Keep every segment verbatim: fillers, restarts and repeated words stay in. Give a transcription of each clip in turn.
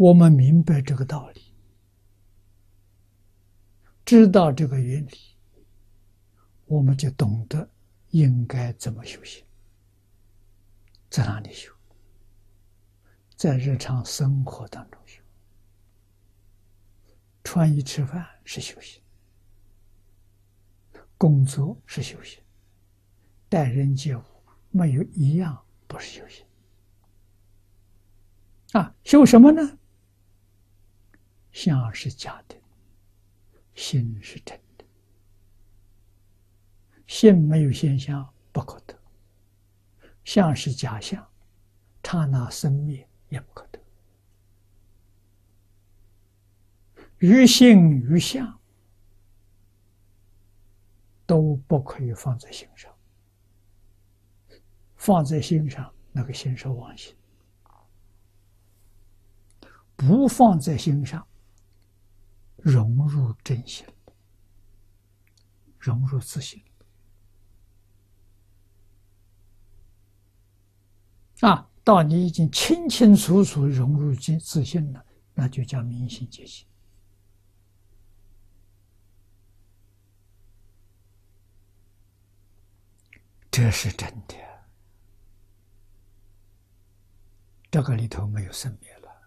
我们明白这个道理，知道这个原理，我们就懂得应该怎么修行，在哪里修？在日常生活当中修。穿衣吃饭是修行，工作是修行，待人接物没有一样不是修行。啊，修什么呢？相是假的，心是真的。心没有现象不可得，相是假象，刹那生灭也不可得。于心于相都不可以放在心上，放在心上那个心是妄心，不放在心上，融入真心，融入自性。啊，到你已经清清楚楚融入自性了，那就叫明心见性。这是真的，这个里头没有生灭了。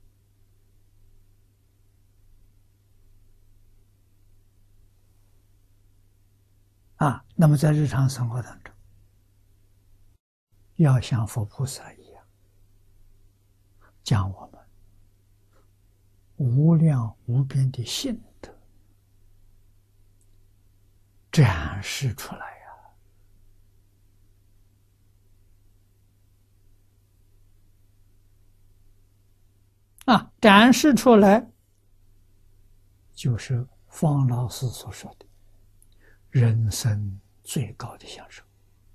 啊，那么在日常生活当中，要像佛菩萨一样，将我们无量无边的性德展示出来呀！啊，展示出来，就是方老师所说的人生最高的享受。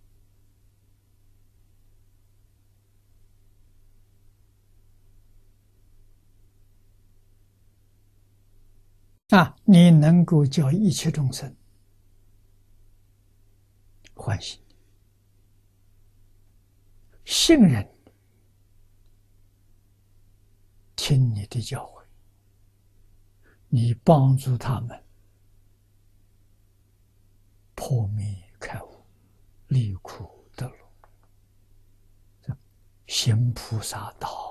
啊，你能够叫一切众生欢喜，信任听你的教诲，你帮助他们破迷开悟，离苦得乐，行菩萨道。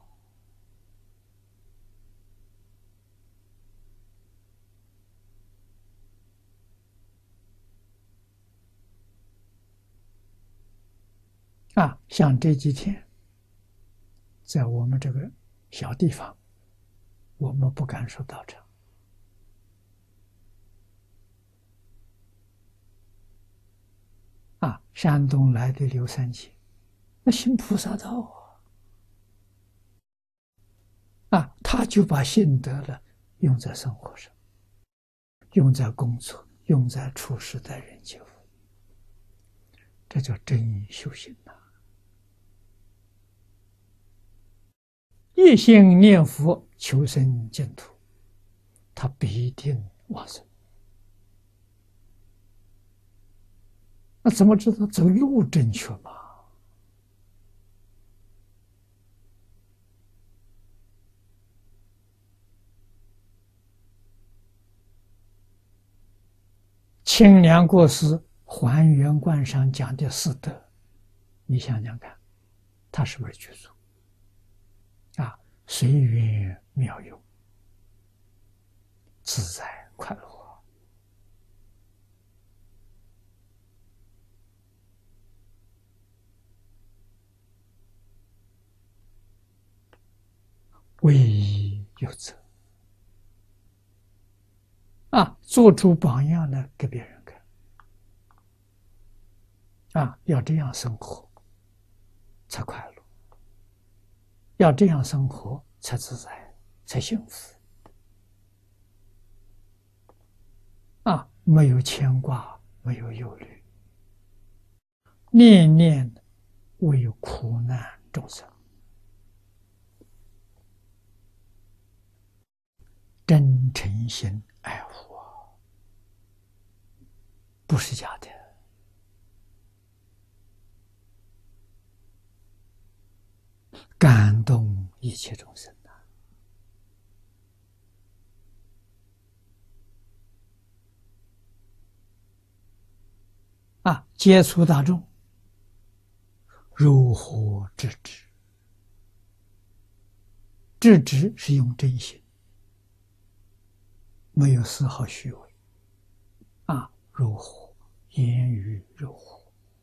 啊，像这几天，在我们这个小地方，我们不敢说道场。啊，山东来的刘三姐，那行菩萨道啊，啊，他就把心得了用在生活上，用在工作，用在处事待人接物，这叫真修行呐！一心念佛求生净土，他必定往生。那怎么知道走路正确嘛？清凉国师还原观上讲的四德，你想想看，他是不是具足？啊，随缘妙用，自在快乐。唯一有责啊，做出榜样来给别人看啊，要这样生活才快乐，要这样生活才自在，才幸福啊，没有牵挂，没有忧虑，念念为苦难众生。真诚心爱护啊，不是假的。感动一切众生啊！ 啊，接触大众，如何制止？制止是用真心，没有丝毫虚伪。啊，如何？言语如何？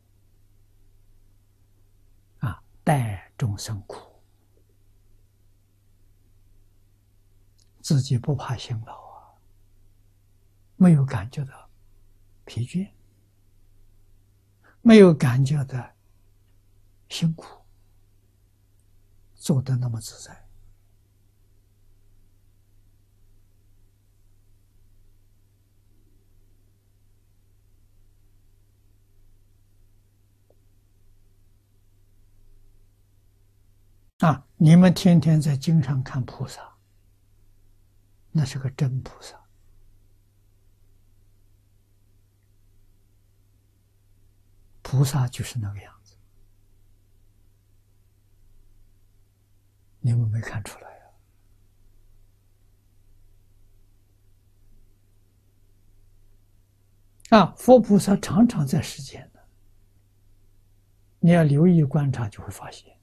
啊，待众生苦，自己不怕辛劳啊，没有感觉到疲倦，没有感觉到辛苦，做得那么自在。啊，你们天天在经上看菩萨，那是个真菩萨。菩萨就是那个样子，你们没看出来啊？啊，佛菩萨常常在世间的，你要留意观察，就会发现，